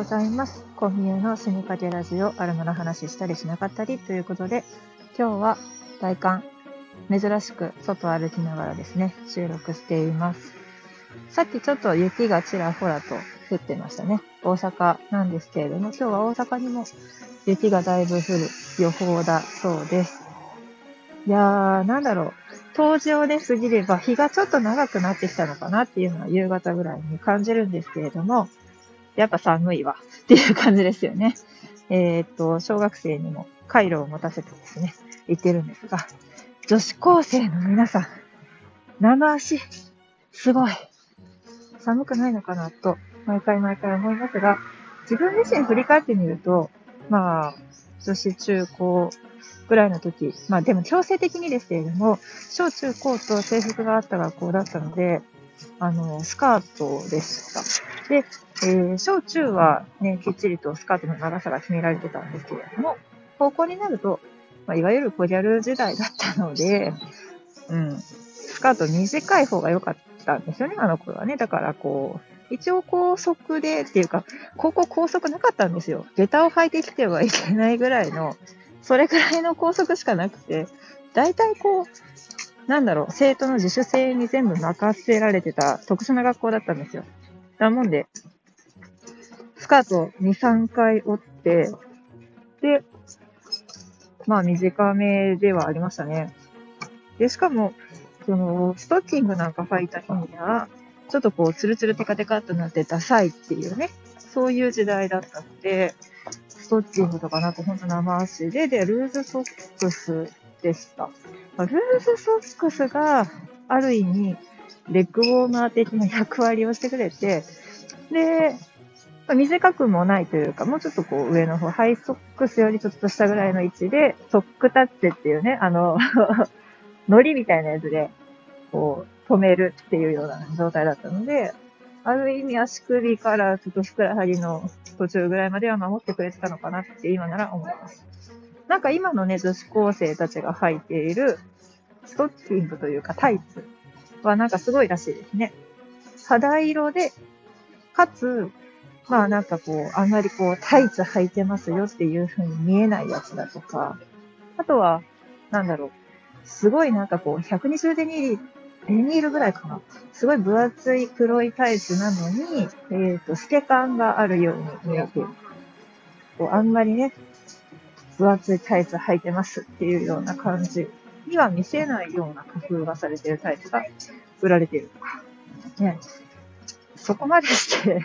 ざいます。コンビニの死にかけラジオ、アロマの話したりしなかったりということで、今日は大寒、珍しく外歩きながらですね、収録しています。さっきちょっと雪がちらほらと降ってましたね。大阪なんですけれども、今日は大阪にも雪がだいぶ降る予報だそうです。いやー、なんだろう。冬至をね、過ぎれば日がちょっと長くなってきたのかなっていうのは夕方ぐらいに感じるんですけれども、やっぱ寒いわっていう感じですよね。小学生にもカイロを持たせてですね、言ってるんですが、女子高生の皆さん、生足、すごい。寒くないのかなと、毎回思いますが、自分自身振り返ってみると、まあ、女子中高ぐらいの時、まあでも強制的にですけれども、小中高と制服があった学校だったので、スカートでした。で、小中はね、きっちりとスカートの長さが決められてたんですけれども、高校になると、まあ、いわゆるコギャル時代だったので、スカート短い方が良かったんですよね、あの頃はね。だからこう、一応高速でっていうか、高校高速なかったんですよ。下駄を履いてきてはいけないぐらいの、それくらいの高速しかなくて、大体こう、生徒の自主性に全部任せられてた特殊な学校だったんですよ。なもんで、スカート2、3回折って、で、まあ短めではありましたね。で、しかも、ストッキングなんか履いた日には、ちょっとこう、ツルツルテカテカっとなってダサいっていうね、そういう時代だったので、ストッキングとかなんかほんと生足で、ルーズソックスでした。ルーズソックスが、ある意味、レッグウォーマー的な役割をしてくれて、で、短くもないというか、もうちょっとこう上の方、ハイソックスよりちょっと下ぐらいの位置で、ソックタッチっていうね、ノリみたいなやつで、こう、止めるっていうような状態だったので、ある意味足首からちょっとふくらはぎの途中ぐらいまでは守ってくれてたのかなって今なら思います。なんか今のね、女子高生たちが履いているストッキングというかタイツはなんかすごいらしいですね。肌色で、かつ、まあなんかこう、あんまりこう、タイツ履いてますよっていう風に見えないやつだとか、あとは、すごいなんかこう、120デニールぐらいかな。すごい分厚い黒いタイツなのに、透け感があるように見えている。こうあんまりね、分厚いタイツ履いてますっていうような感じには見せないような工夫がされているタイツが売られているとか。ね、そこまでして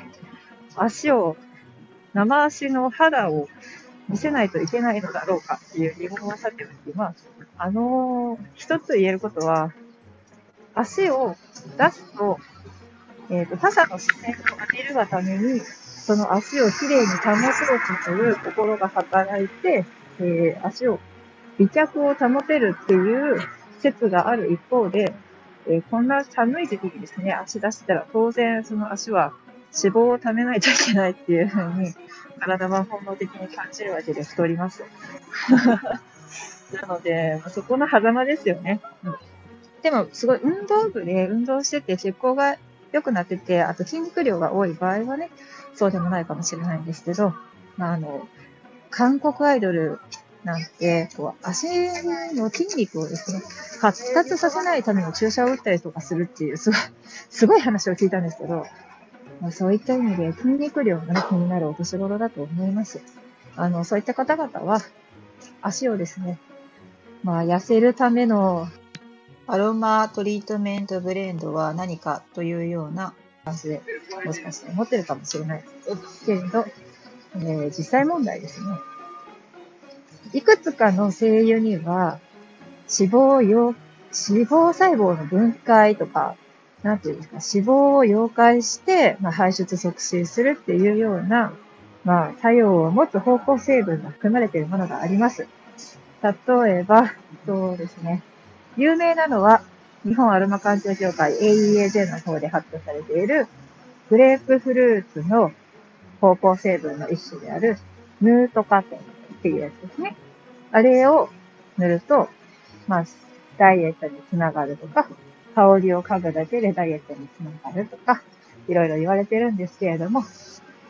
生足の肌を見せないといけないのだろうかっていう疑問はさておき、まあ、一つ言えることは、足を出すと、他者の視線を浴びるがために、その足をきれいに保とうという心が働いて、足を、美脚を保てるっていう説がある一方で、こんな寒い時期にですね、足出したら当然その足は脂肪を貯めないといけないっていう風に体は本能的に感じるわけで太ります。なので、そこの狭間ですよね。でも、すごい運動部で運動してて、血行が良くなってて、あと筋肉量が多い場合はね、そうでもないかもしれないんですけど、韓国アイドルなんて、こう、足の筋肉をですね、発達させないための注射を打ったりとかするっていう、すごい話を聞いたんですけど、そういった意味で筋肉量が、ね、気になるお年頃だと思います。そういった方々は、足をですね、痩せるためのアロマトリートメントブレンドは何かというような感じで、もしかして持ってるかもしれないけれど、実際問題ですね。いくつかの精油には、脂肪細胞の分解とか、なんていうんですか、脂肪を溶解して、排出促進するっていうような、作用を持つ芳香成分が含まれているものがあります。例えば、そうですね。有名なのは、日本アロマ鑑定協会 AEAJ の方で発表されている、グレープフルーツの芳香成分の一種である、ヌートカテンっていうやつですね。あれを塗ると、ダイエットにつながるとか、香りを嗅ぐだけでダイエットにつながるとか、いろいろ言われてるんですけれども、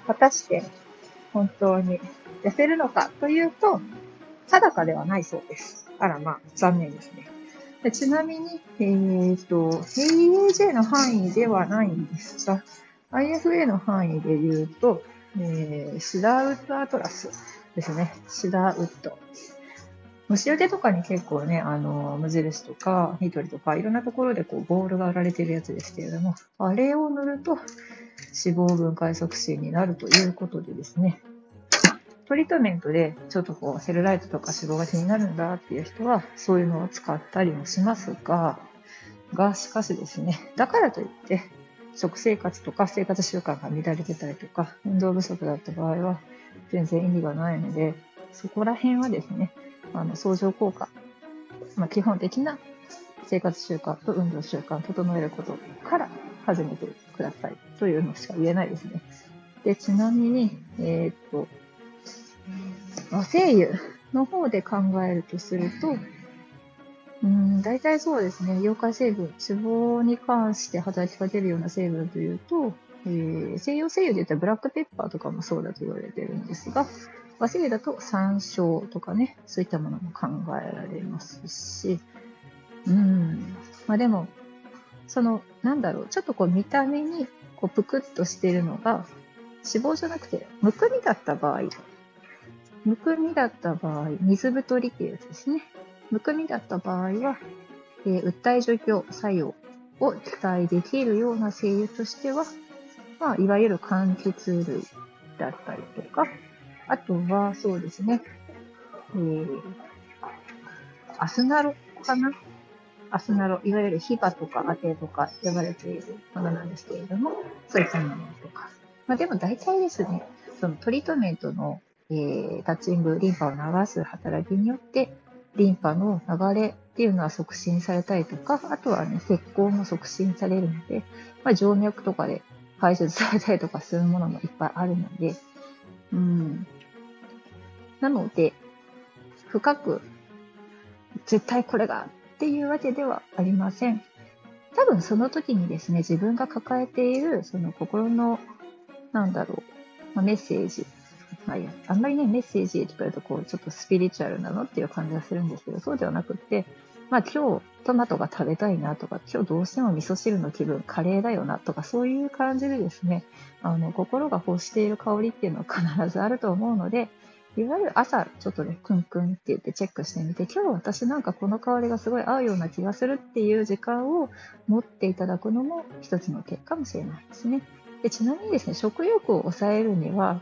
果たして本当に痩せるのかというと、定かではないそうです。あら、残念ですね。でちなみに、AEJ の範囲ではないんですが、IFA の範囲で言うと、シダーウッドアトラスですね。シダーウッド。虫よけとかに結構ね、無印とか、ニトリとか、いろんなところでボールが売られているやつですけれども、あれを塗ると脂肪分解促進になるということでですね、トリートメントでちょっとセルライトとか脂肪が気になるんだっていう人は、そういうのを使ったりもしますが、しかしですね、だからといって、食生活とか生活習慣が乱れてたりとか、運動不足だった場合は、全然意味がないので、そこら辺はですね、相乗効果、基本的な生活習慣と運動習慣を整えることから始めてくださいというのしか言えないですね。で、ちなみに、和精油の方で考えるとすると、大体そうですね、溶解成分、脂肪に関して働きかけるような成分というと、西洋精油で言ったらブラックペッパーとかもそうだと言われてるんですが、和精油だと山椒とかね、そういったものも考えられますし、でも、ちょっと見た目にぷくっとしてるのが、脂肪じゃなくて、むくみだった場合、水太りっていうやつですね。むくみだった場合は、訴え除去作用を期待できるような精油としては、いわゆる柑橘類だったりとか、あとはそうですね、アスナロかな。アスナロ、いわゆるヒバとかアテとか呼ばれているものなんですけれども、そういったものとか。でも大体ですね、そのトリートメントの、タッチング、リンパを流す働きによって、リンパの流れっていうのは促進されたりとか、あとはね、血行も促進されるので、静脈とかで排出されたりとかするものもいっぱいあるので、なので、深く、絶対これがっていうわけではありません。多分その時にですね、自分が抱えている、その心の、メッセージ。あんまりね、メッセージとか言うと、ちょっとスピリチュアルなのっていう感じがするんですけど、そうではなくって、今日トマトが食べたいなとか、今日どうしても味噌汁の気分、カレーだよなとか、そういう感じでですね、心が欲している香りっていうのは必ずあると思うので、いわゆる朝ちょっとね、クンクンって言ってチェックしてみて、今日私この香りがすごい合うような気がするっていう時間を持っていただくのも一つの手かもしれないですね。でちなみにですね、食欲を抑えるには、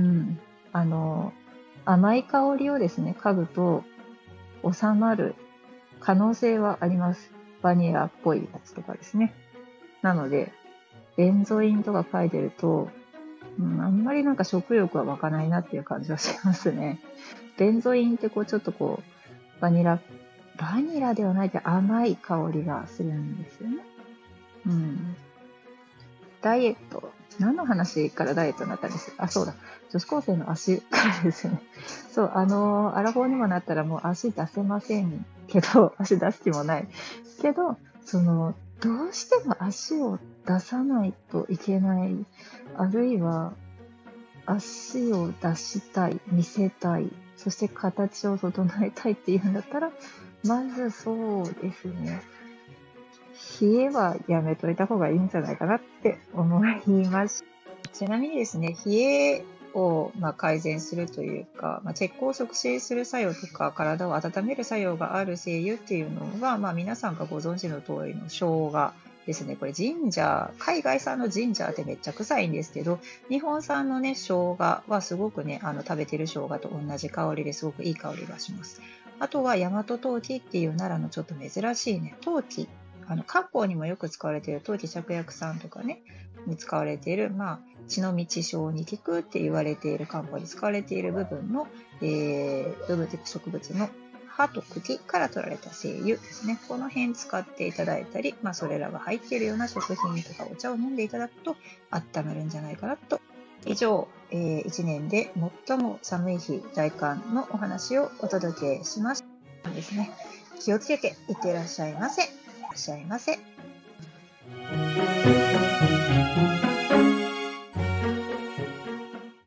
甘い香りをですね、嗅ぐと収まる可能性はあります。バニラっぽいやつとかですね。なので、ベンゾインとか書いてると、あんまり食欲は湧かないなっていう感じはしますね。ベンゾインってちょっとバニラではないけど甘い香りがするんですよね。ダイエット。何の話からダイエットになったんですか？そうだ。女子高生の足からですね。そう、アラフォーにもなったらもう足出せませんけど、足出す気もない。けど、どうしても足を出さないといけない。あるいは、足を出したい、見せたい、そして形を整えたいっていうんだったら、まずそうですね。冷えはやめといた方がいいんじゃないかなって思います。ちなみにですね、冷えを改善するというか、血行を促進する作用とか、体を温める作用がある精油っていうのは、皆さんがご存知の通りの生姜ですね。これジンジャー、海外産のジンジャーってめっちゃ臭いんですけど、日本産のね、生姜はすごくね、食べてる生姜と同じ香りですごくいい香りがします。あとは大和陶器っていう奈良のちょっと珍しいね、陶器。漢方にもよく使われている陶器芍薬散とかね、に使われている、血の道症に効くって言われている漢方に使われている部分の、部分的植物の葉と茎から取られた精油ですね。この辺使っていただいたり、それらが入っているような食品とかお茶を飲んでいただくと温まるんじゃないかなと。以上、1年で最も寒い日大寒のお話をお届けしましたですね。気をつけていってらっしゃいませ。いらっしゃいませ。